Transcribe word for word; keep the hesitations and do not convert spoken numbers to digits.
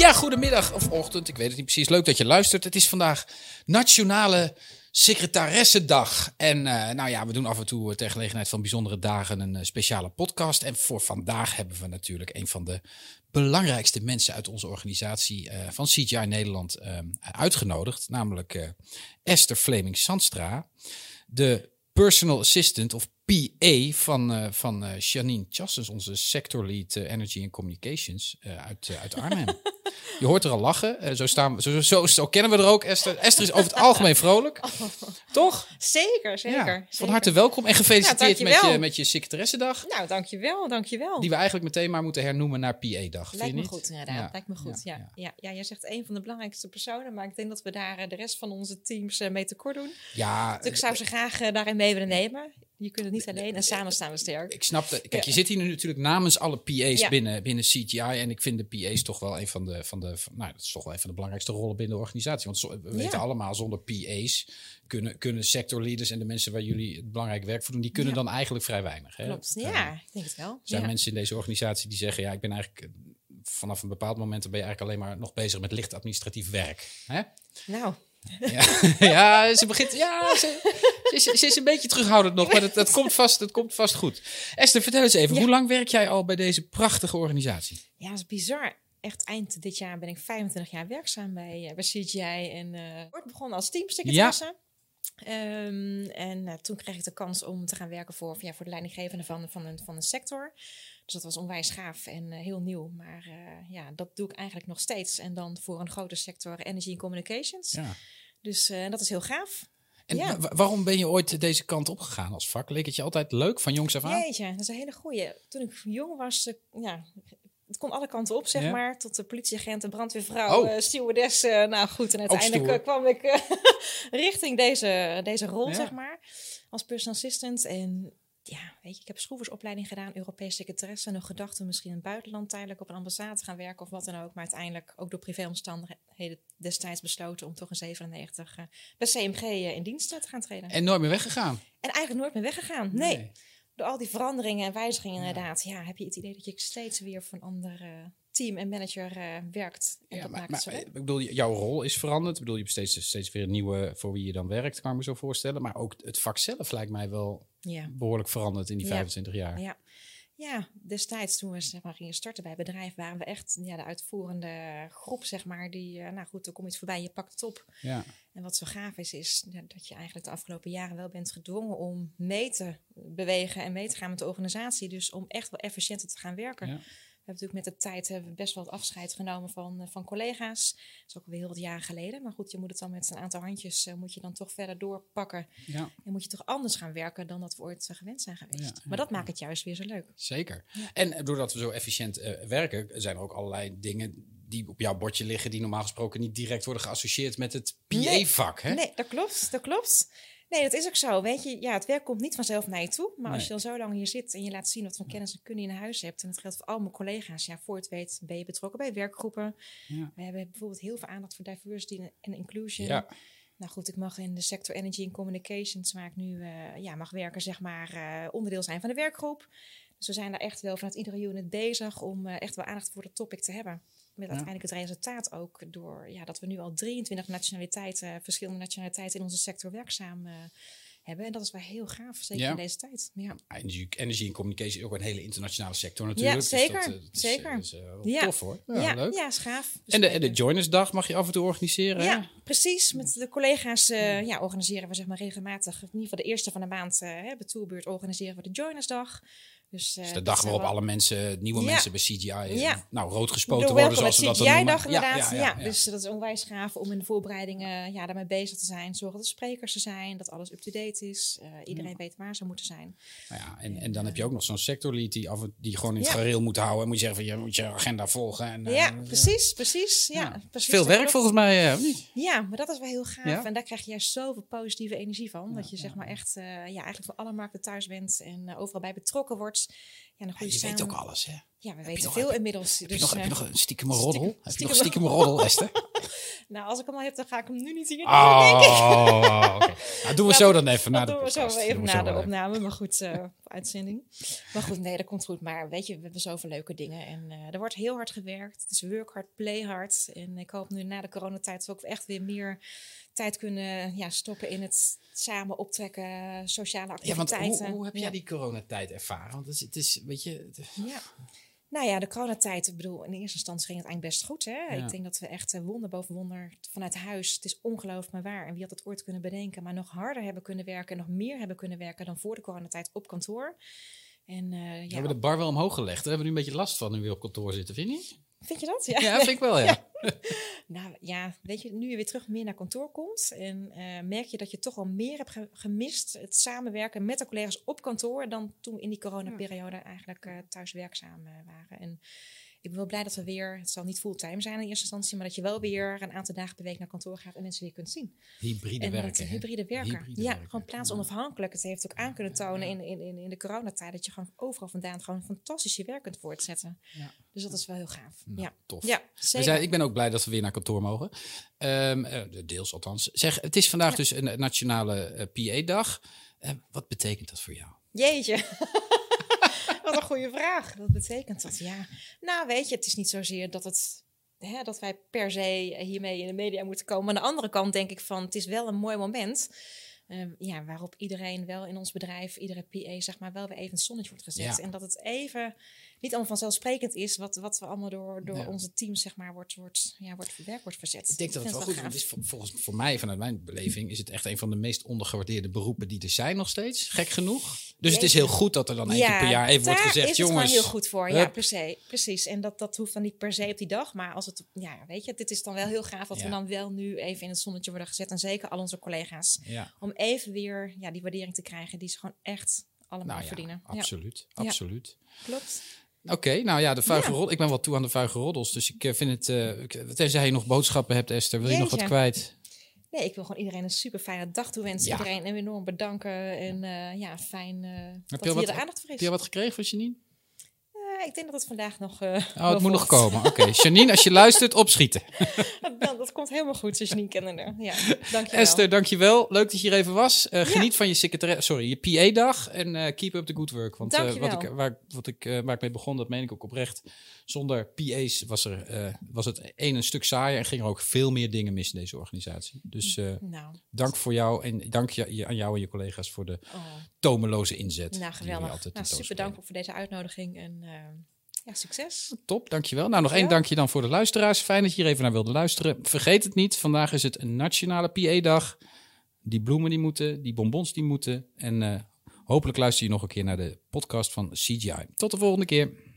Ja, goedemiddag of ochtend. Ik weet het niet precies. Leuk dat je luistert. Het is vandaag Nationale Secretaressendag. En uh, nou ja, we doen af en toe uh, ter gelegenheid van bijzondere dagen een uh, speciale podcast. En voor vandaag hebben we natuurlijk een van de belangrijkste mensen uit onze organisatie uh, van C G I Nederland uh, uitgenodigd. Namelijk uh, Esther Fleming-Sandstra, de personal assistant of P A van, uh, van uh, Janine Chassens, onze sector lead uh, Energy and Communications uh, uit, uh, uit Arnhem. Je hoort er al lachen. Uh, zo, staan we, zo, zo, zo kennen we er ook. Esther, Esther is over het algemeen vrolijk. Oh. Toch? Zeker, zeker. Ja, zeker. Van harte welkom en gefeliciteerd nou, met, je, met je secretaressendag. Nou, dankjewel, dankjewel. Die we eigenlijk meteen maar moeten hernoemen naar P A-dag. Lijkt me niet? goed, inderdaad. Ja. Lijkt me goed, ja. Ja. Ja. ja. Jij zegt een van de belangrijkste personen, maar ik denk dat we daar uh, de rest van onze teams uh, mee tekort doen. Ja. Dus ik zou ze graag uh, daarin mee willen nemen. Je kunt het niet alleen en samen staan we sterk. Ik snap het. Kijk, ja. Je zit hier nu natuurlijk namens alle P A's ja. binnen, binnen C G I. En ik vind de P A's toch wel een van de, van de van, nou, dat is toch wel een van de belangrijkste rollen binnen de organisatie. Want we ja. weten allemaal, zonder P A's kunnen, kunnen sectorleaders en de mensen waar jullie het belangrijk werk voor doen, die kunnen ja. dan eigenlijk vrij weinig. Hè? Klopt, ja, uh, ik denk het wel. Er zijn ja. mensen in deze organisatie die zeggen, ja, ik ben eigenlijk vanaf een bepaald moment ben je eigenlijk alleen maar nog bezig met licht administratief werk. Hè? Nou. Ja, ja, ze begint. Ja, ze, ze, is, ze is een beetje terughoudend nog, maar dat, dat, komt, vast, dat komt vast goed. Esther, vertel eens even, ja. hoe lang werk jij al bij deze prachtige organisatie? Ja, dat is bizar. Echt eind dit jaar ben ik vijfentwintig jaar werkzaam bij, uh, bij C G I en uh, word begonnen als teamsecretaresse. Ja. Um, en uh, toen kreeg ik de kans om te gaan werken voor, ja, voor de leidinggevende van, van, een, van een sector. Dus dat was onwijs gaaf en uh, heel nieuw. Maar uh, ja, dat doe ik eigenlijk nog steeds. En dan voor een grote sector Energy and Communications. Ja. Dus uh, dat is heel gaaf. En ja. wa- waarom ben je ooit deze kant opgegaan als vak? Leek het je altijd leuk van jongs af aan? Jeetje, dat is een hele goeie. Toen ik jong was, uh, ja, het kon alle kanten op, zeg ja. maar. Tot de politieagent, de brandweervrouw, oh. uh, stewardess. Uh, nou goed, en uiteindelijk uh, kwam ik uh, richting deze, deze rol, ja. zeg maar. Als personal assistant. En ja, weet je, ik heb schroeversopleiding gedaan, Europese secretaresse. Nog gedacht om misschien in het buitenland tijdelijk op een ambassade te gaan werken of wat dan ook. Maar uiteindelijk ook door privéomstandigheden destijds besloten om toch in zevenennegentig uh, bij C M G uh, in dienst te gaan treden. En nooit meer weggegaan? En eigenlijk nooit meer weggegaan, nee. nee. Door al die veranderingen en wijzigingen ja. inderdaad. Ja, heb je het idee dat je steeds weer voor een ander uh, team en manager uh, werkt. En ja, dat maar, maakt maar, het zo ik bedoel, jouw rol is veranderd. Ik bedoel, je hebt steeds, steeds weer een nieuwe voor wie je dan werkt, kan ik me zo voorstellen. Maar ook het vak zelf lijkt mij wel ja. behoorlijk veranderd in die ja. vijfentwintig jaar. Ja. Ja, destijds toen we zeg maar, gingen starten bij het bedrijf, waren we echt ja, de uitvoerende groep, zeg maar. Die, uh, nou goed, er komt iets voorbij, je pakt het op. Ja. En wat zo gaaf is, is ja, dat je eigenlijk de afgelopen jaren wel bent gedwongen om mee te bewegen en mee te gaan met de organisatie. Dus om echt wel efficiënter te gaan werken. Ja. We hebben natuurlijk met de tijd hebben we best wel wat afscheid genomen van, van collega's. Dat is ook alweer heel wat jaren geleden. Maar goed, je moet het dan met een aantal handjes, uh, moet je dan toch verder doorpakken. Ja. En moet je toch anders gaan werken dan dat we ooit uh, gewend zijn geweest. Ja, ja, maar dat ja. maakt het juist weer zo leuk. Zeker. Ja. En doordat we zo efficiënt uh, werken, zijn er ook allerlei dingen die op jouw bordje liggen, die normaal gesproken niet direct worden geassocieerd met het P A-vak. Nee, nee, dat klopt, dat klopt. Nee, dat is ook zo. Weet je, ja, het werk komt niet vanzelf naar je toe. Maar nee. als je al zo lang hier zit en je laat zien wat voor kennis en kunde je in huis hebt. En dat geldt voor al mijn collega's. Ja, voor het weet ben je betrokken bij werkgroepen. Ja. We hebben bijvoorbeeld heel veel aandacht voor diversity en inclusion. Ja. Nou goed, ik mag in de sector Energy and Communications, waar ik nu uh, ja, mag werken, zeg maar, uh, onderdeel zijn van de werkgroep. Dus we zijn daar echt wel vanuit iedere unit bezig om uh, echt wel aandacht voor het topic te hebben. Met uiteindelijk het resultaat ook door ja, dat we nu al drieëntwintig nationaliteiten, verschillende nationaliteiten in onze sector werkzaam uh, hebben. En dat is wel heel gaaf, zeker ja. in deze tijd. Ja. Energy, energy en communication is ook een hele internationale sector natuurlijk. Ja, zeker. Dus dat, uh, dat zeker. is, uh, is, uh, wel ja. tof hoor. Ja, ja, leuk. Ja, is gaaf. En de, en de Joinersdag mag je af en toe organiseren. Ja, hè? precies. Met de collega's uh, ja, organiseren we zeg maar regelmatig. In ieder geval de eerste van de maand uh, bij Tourbeurt organiseren we de Joinersdag. Dus, uh, dus de dag waarop wel alle mensen, nieuwe ja. mensen bij C G I, ja. nou rood gespoten worden, zoals we dat dan noemen. Dag inderdaad. Ja, ja, ja, ja. Dus dat is onwijs gaaf om in de voorbereidingen ja, daarmee bezig te zijn. Zorgen dat de sprekers er zijn, dat alles up-to-date is. Uh, iedereen ja. weet waar ze moeten zijn. Nou ja, en, en, en dan uh, heb je ook nog zo'n sectorlead die, af, die gewoon in het ja. gareel moet houden. En moet je zeggen van, je moet je agenda volgen. En, uh, ja, precies, precies. Ja, ja. precies. Veel werk volgens mij, uh, of niet? Ja, maar dat is wel heel gaaf. Ja? En daar krijg je juist zoveel positieve energie van. Ja, dat je ja. zeg maar echt uh, ja, eigenlijk voor alle markten thuis bent en uh, overal bij betrokken wordt. Ja, ja, je weet ook alles, hè? Ja, we weten veel inmiddels. Heb je nog, heb je nog een stiekem roddel? Heb je nog stiekem roddel, Esther? Nou, als ik hem al heb, dan ga ik hem nu niet hier doen, denk ik. Oh, oké. Nou, doen we zo dan even na de doen we podcast. zo even Doen we na zo de wel opname, maar goed, uh, uitzending. Maar goed, nee, dat komt goed. Maar weet je, we hebben zoveel leuke dingen. En uh, er wordt heel hard gewerkt. Het is work hard, play hard. En ik hoop nu na de coronatijd ook echt weer meer tijd kunnen ja, stoppen in het samen optrekken, sociale activiteiten. Ja, want hoe, hoe heb jij ja. die coronatijd ervaren? Want het is, het is weet je... Het... Ja. Nou ja, de coronatijd, ik bedoel, in eerste instantie ging het eigenlijk best goed. Hè? Ja. Ik denk dat we echt wonder boven wonder vanuit huis, het is ongelooflijk maar waar. En wie had het ooit kunnen bedenken, maar nog harder hebben kunnen werken en nog meer hebben kunnen werken dan voor de coronatijd op kantoor. En, uh, ja, we hebben de bar wel omhoog gelegd. Daar hebben we nu een beetje last van nu we op kantoor zitten, vind je niet? Vind je dat? Ja, ja vind ik wel, ja. ja. Nou ja, weet je, nu je weer terug meer naar kantoor komt en uh, merk je dat je toch wel meer hebt ge- gemist het samenwerken met de collega's op kantoor dan toen we in die coronaperiode eigenlijk uh, thuis werkzaam uh, waren. En ik ben wel blij dat we weer, het zal niet fulltime zijn in eerste instantie, maar dat je wel weer een aantal dagen per week naar kantoor gaat en mensen weer kunt zien. Hybride en werken. Hybride werken. Hybride ja, werken. gewoon plaatsonafhankelijk. Het heeft ook aan kunnen tonen in, in, in, in de coronatijd dat je gewoon overal vandaan gewoon fantastisch je werk kunt voortzetten. Ja. Dus dat is wel heel gaaf. Nou, ja, tof. Ja, we zijn, ik ben ook blij dat we weer naar kantoor mogen. Um, uh, deels althans. Zeg, het is vandaag ja. dus een nationale uh, P A-dag. Uh, wat betekent dat voor jou? Jeetje. Wat een goede vraag. Wat betekent dat? Ja. Nou, weet je, het is niet zozeer dat het hè, dat wij per se hiermee in de media moeten komen. Maar aan de andere kant denk ik van, het is wel een mooi moment. Um, ja, waarop iedereen wel in ons bedrijf, iedere P A, zeg maar, wel weer even het zonnetje wordt gezet. Ja. En dat het even niet allemaal vanzelfsprekend is wat, wat we allemaal door, door ja. onze teams, zeg maar, wordt, wordt, ja, wordt werk wordt verzet. Ik denk dat het wel goed is. Het is voor, volgens voor mij, vanuit mijn beleving, is het echt een van de meest ondergewaardeerde beroepen die er zijn nog steeds. Gek genoeg. Dus Jeetje. Het is heel goed dat er dan één ja, keer per jaar even wordt gezegd, is jongens. Daar is het gewoon heel goed voor. Hup. Ja, per se, precies. En dat, dat hoeft dan niet per se op die dag. Maar als het, ja, weet je, dit is dan wel heel gaaf dat ja. we dan wel nu even in het zonnetje worden gezet. En zeker al onze collega's. Ja. Om even weer ja, die waardering te krijgen die ze gewoon echt allemaal nou ja, verdienen. Absoluut, ja. absoluut. Klopt. Oké, okay, nou ja, de vuige ja. rol. Ik ben wel toe aan de vuige roddels. Dus ik uh, vind het... Uh, tenzij je nog boodschappen hebt, Esther. Wil je Jeetje. nog wat kwijt? Nee, ik wil gewoon iedereen een super fijne dag toewensen. Ja. Iedereen enorm bedanken. En uh, ja, fijn uh, heb dat hier wat, de aandacht voor is. Heb je wat gekregen van Janine? Uh, ik denk dat het vandaag nog... Uh, oh, het moet nog komen. Oké, okay. Janine, als je luistert, opschieten. dat, dat komt helemaal goed, zoals Janine kennende. Ja, dankjewel. Esther, dankjewel. Leuk dat je hier even was. Uh, geniet ja. van je secretaresse, sorry, je P A-dag. En uh, keep up the good work. Want uh, wat ik, waar, wat ik, uh, waar ik mee begon, dat meen ik ook oprecht. Zonder P A's was, er, uh, was het één een stuk saaier en ging er ook veel meer dingen mis in deze organisatie. Dus uh, nou. dank voor jou en dank je, aan jou en je collega's voor de oh. tomeloze inzet. Nou, geweldig. Nou, super dank voor deze uitnodiging en uh, ja, succes. Top, dankjewel. Nou, nog ja. één dankje dan voor de luisteraars. Fijn dat je hier even naar wilde luisteren. Vergeet het niet, vandaag is het een nationale P A-dag. Die bloemen die moeten, die bonbons die moeten. En uh, hopelijk luister je nog een keer naar de podcast van C G I. Tot de volgende keer.